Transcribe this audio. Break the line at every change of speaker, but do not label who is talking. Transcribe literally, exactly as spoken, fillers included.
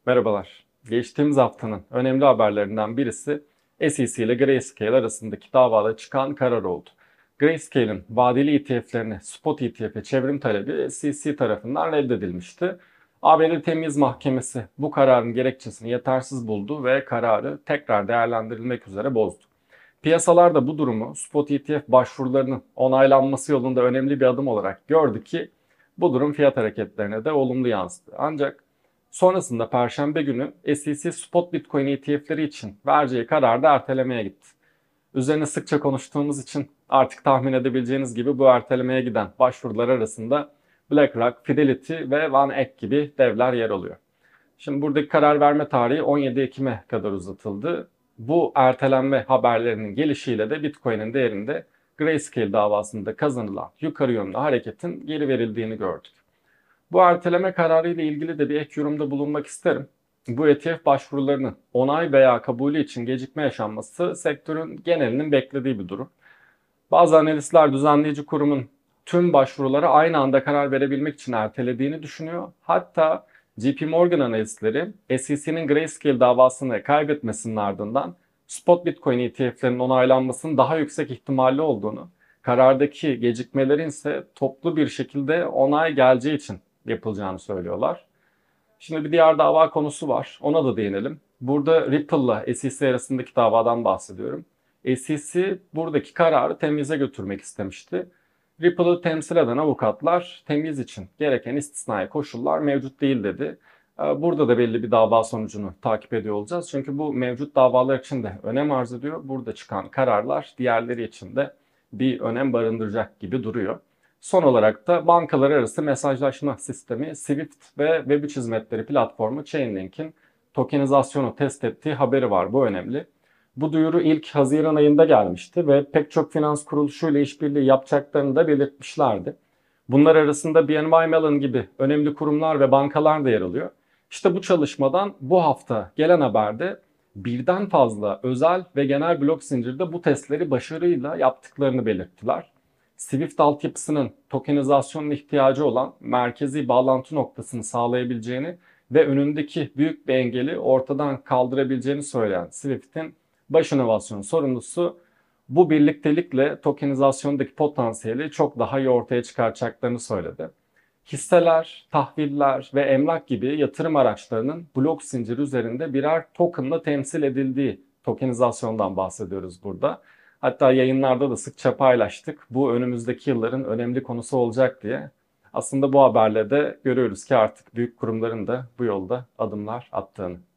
Merhabalar. Geçtiğimiz haftanın önemli haberlerinden birisi S E C ile Grayscale arasındaki davada çıkan karar oldu. Grayscale'in vadeli E T F'lerini spot E T F'e çevrim talebi S E C tarafından reddedilmişti. A B D Temiz Mahkemesi bu kararın gerekçesini yetersiz buldu ve kararı tekrar değerlendirilmek üzere bozdu. Piyasalar da bu durumu spot E T F başvurularının onaylanması yolunda önemli bir adım olarak gördü ki bu durum fiyat hareketlerine de olumlu yansıdı. Ancak sonrasında Perşembe günü S E C spot Bitcoin E T F'leri için vereceği kararı da ertelemeye gitti. Üzerine sıkça konuştuğumuz için artık tahmin edebileceğiniz gibi bu ertelemeye giden başvurular arasında BlackRock, Fidelity ve Van Eck gibi devler yer alıyor. Şimdi buradaki karar verme tarihi on yedi Ekim'e kadar uzatıldı. Bu ertelenme haberlerinin gelişiyle de Bitcoin'in değerinde Grayscale davasında kazanılan yukarı yönlü hareketin geri verildiğini gördük. Bu erteleme kararı ile ilgili de bir ek yorumda bulunmak isterim. Bu E T F başvurularının onay veya kabulü için gecikme yaşanması sektörün genelinin beklediği bir durum. Bazı analistler düzenleyici kurumun tüm başvurulara aynı anda karar verebilmek için ertelediğini düşünüyor. Hatta J P Morgan analistleri S E C'nin Grayscale davasını kaybetmesinin ardından spot Bitcoin E T F'lerinin onaylanmasının daha yüksek ihtimalli olduğunu, karardaki gecikmelerin ise toplu bir şekilde onay geleceği için yapılacağını söylüyorlar. Şimdi bir diğer dava konusu var. Ona da değinelim. Burada Ripple'la S E C arasındaki davadan bahsediyorum. S E C buradaki kararı temize götürmek istemişti. Ripple'ı temsil eden avukatlar temiz için gereken istisnai koşullar mevcut değil dedi. Ee, Burada da belli bir dava sonucunu takip ediyor olacağız. Çünkü bu mevcut davalar için de önem arz ediyor. Burada çıkan kararlar diğerleri için de bir önem barındıracak gibi duruyor. Son olarak da bankalar arası mesajlaşma sistemi Swift ve Web üç hizmetleri platformu Chainlink'in tokenizasyonu test ettiği haberi var. Bu önemli. Bu duyuru ilk Haziran ayında gelmişti ve pek çok finans kuruluşuyla işbirliği yapacaklarını da belirtmişlerdi. Bunlar arasında B N Y Mellon gibi önemli kurumlar ve bankalar da yer alıyor. İşte bu çalışmadan bu hafta gelen haberde birden fazla özel ve genel blok zincirde bu testleri başarıyla yaptıklarını belirttiler. Swift altyapısının tokenizasyonun ihtiyacı olan merkezi bağlantı noktasını sağlayabileceğini ve önündeki büyük bir engeli ortadan kaldırabileceğini söyleyen Swift'in baş inovasyon sorumlusu bu birliktelikle tokenizasyondaki potansiyeli çok daha iyi ortaya çıkaracaklarını söyledi. Hisseler, tahviller ve emlak gibi yatırım araçlarının blok zinciri üzerinde birer tokenla temsil edildiği tokenizasyondan bahsediyoruz burada. Hatta yayınlarda da sıkça paylaştık. Bu önümüzdeki yılların önemli konusu olacak diye. Aslında bu haberle de görüyoruz ki artık büyük kurumların da bu yolda adımlar attığını.